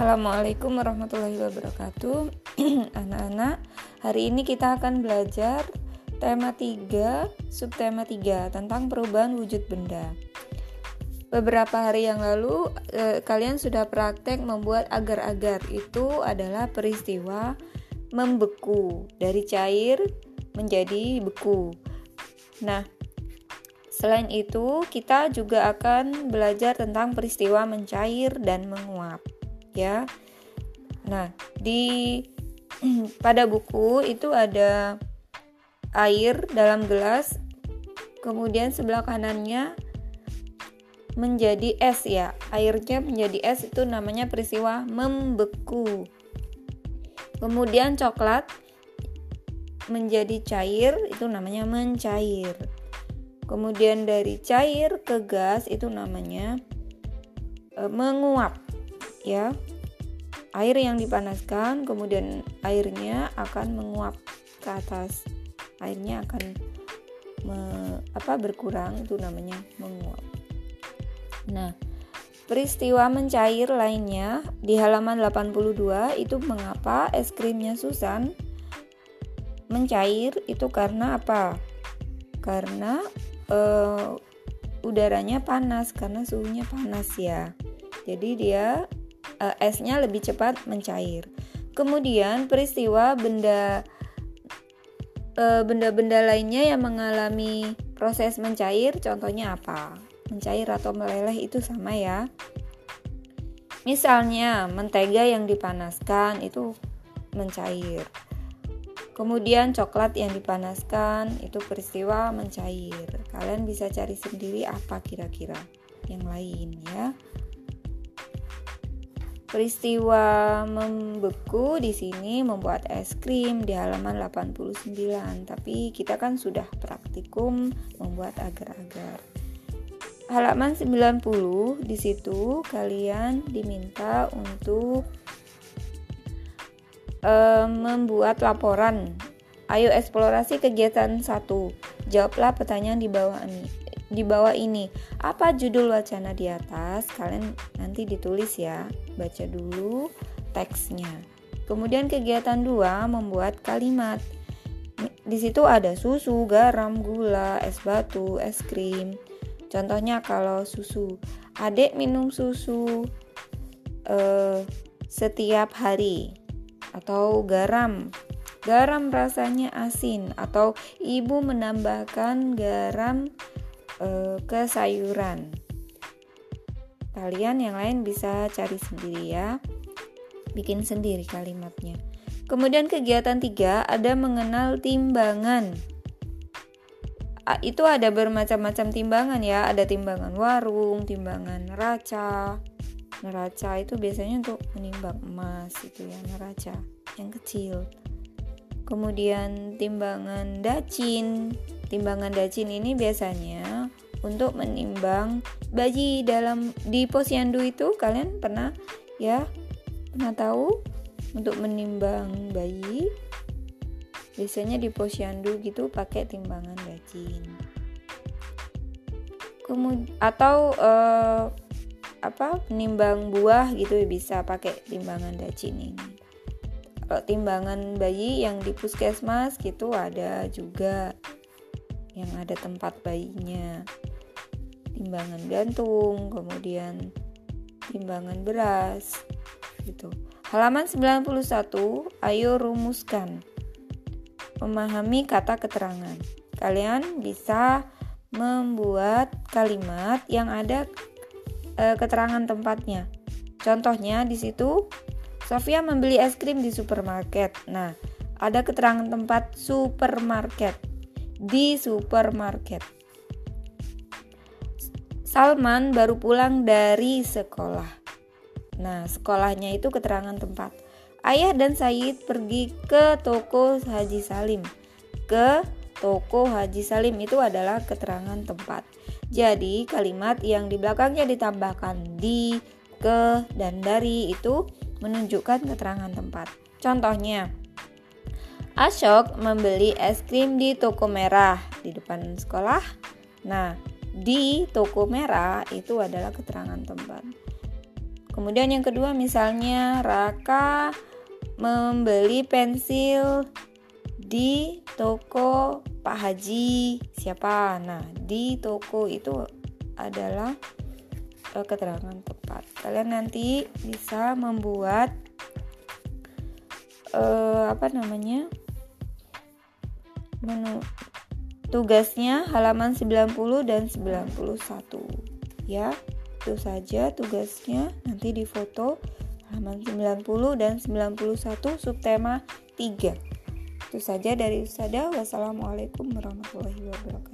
Assalamualaikum warahmatullahi wabarakatuh. Anak-anak, hari ini kita akan belajar tema 3, subtema 3 tentang perubahan wujud benda. Beberapa hari yang lalu kalian sudah praktek membuat agar-agar. Itu adalah peristiwa membeku, dari cair menjadi beku. Nah, selain itu kita juga akan belajar tentang peristiwa mencair dan menguap. Ya. Nah, pada buku itu ada air dalam gelas, kemudian sebelah kanannya menjadi es ya. Airnya menjadi es, itu namanya peristiwa membeku. Kemudian coklat menjadi cair, itu namanya mencair. Kemudian dari cair ke gas, itu namanya menguap. Ya, air yang dipanaskan, kemudian airnya akan menguap ke atas. Airnya akan berkurang, itu namanya menguap. Nah, peristiwa mencair lainnya di halaman 82 itu mengapa es krimnya Susan mencair, itu karena apa? Karena udaranya panas, karena suhunya panas ya. Jadi dia esnya lebih cepat mencair. Kemudian peristiwa benda-benda lainnya yang mengalami proses mencair, contohnya apa? Mencair atau meleleh itu sama ya. Misalnya mentega yang dipanaskan itu mencair. Kemudian coklat yang dipanaskan itu peristiwa mencair. Kalian bisa cari sendiri apa kira-kira yang lain ya. Peristiwa membeku di sini membuat es krim di halaman 89, tapi kita kan sudah praktikum membuat agar-agar. Halaman 90 di situ kalian diminta untuk membuat laporan. Ayo eksplorasi kegiatan 1. Jawablah pertanyaan di bawah ini. Apa judul wacana di atas? Kalian nanti ditulis ya. Baca dulu teksnya. Kemudian kegiatan 2, membuat kalimat. Di situ ada susu, garam, gula, es batu, es krim. Contohnya kalau susu, adik minum susu setiap hari. Atau garam rasanya asin. Atau ibu menambahkan garam ke sayuran. Kalian yang lain bisa cari sendiri ya, bikin sendiri kalimatnya. Kemudian kegiatan 3 ada mengenal timbangan. Itu ada bermacam-macam timbangan ya, ada timbangan warung, timbangan neraca. Neraca itu biasanya untuk menimbang emas itu ya, neraca yang kecil. Kemudian timbangan dacin. Timbangan dacin ini biasanya untuk menimbang bayi di posyandu itu. Kalian pernah tahu untuk menimbang bayi biasanya di posyandu gitu pakai timbangan dacin. Atau menimbang buah gitu bisa pakai timbangan dacin ini. Kalau timbangan bayi yang di puskesmas gitu ada juga yang ada tempat bayinya. Timbangan gantung, kemudian timbangan beras gitu. Halaman 91, ayo rumuskan. Memahami kata keterangan. Kalian bisa membuat kalimat yang ada keterangan tempatnya. Contohnya di situ Sofia membeli es krim di supermarket. Nah, ada keterangan tempat supermarket. Di supermarket. Salman baru pulang dari sekolah. Nah, sekolahnya itu keterangan tempat. Ayah dan Said pergi ke toko Haji Salim. Ke toko Haji Salim itu adalah keterangan tempat. Jadi, kalimat yang di belakangnya ditambahkan di, ke, dan dari itu menunjukkan keterangan tempat. Contohnya, Ashok membeli es krim di toko merah di depan sekolah. Nah, di toko merah itu adalah keterangan tempat. Kemudian yang kedua misalnya Raka membeli pensil di toko Pak Haji siapa. Nah, di toko itu adalah keterangan tepat. Kalian nanti bisa membuat tugasnya halaman 90 dan 91 ya. Itu saja tugasnya, nanti difoto halaman 90 dan 91 subtema 3. Itu saja dari Ustazah. Wassalamualaikum warahmatullahi wabarakatuh.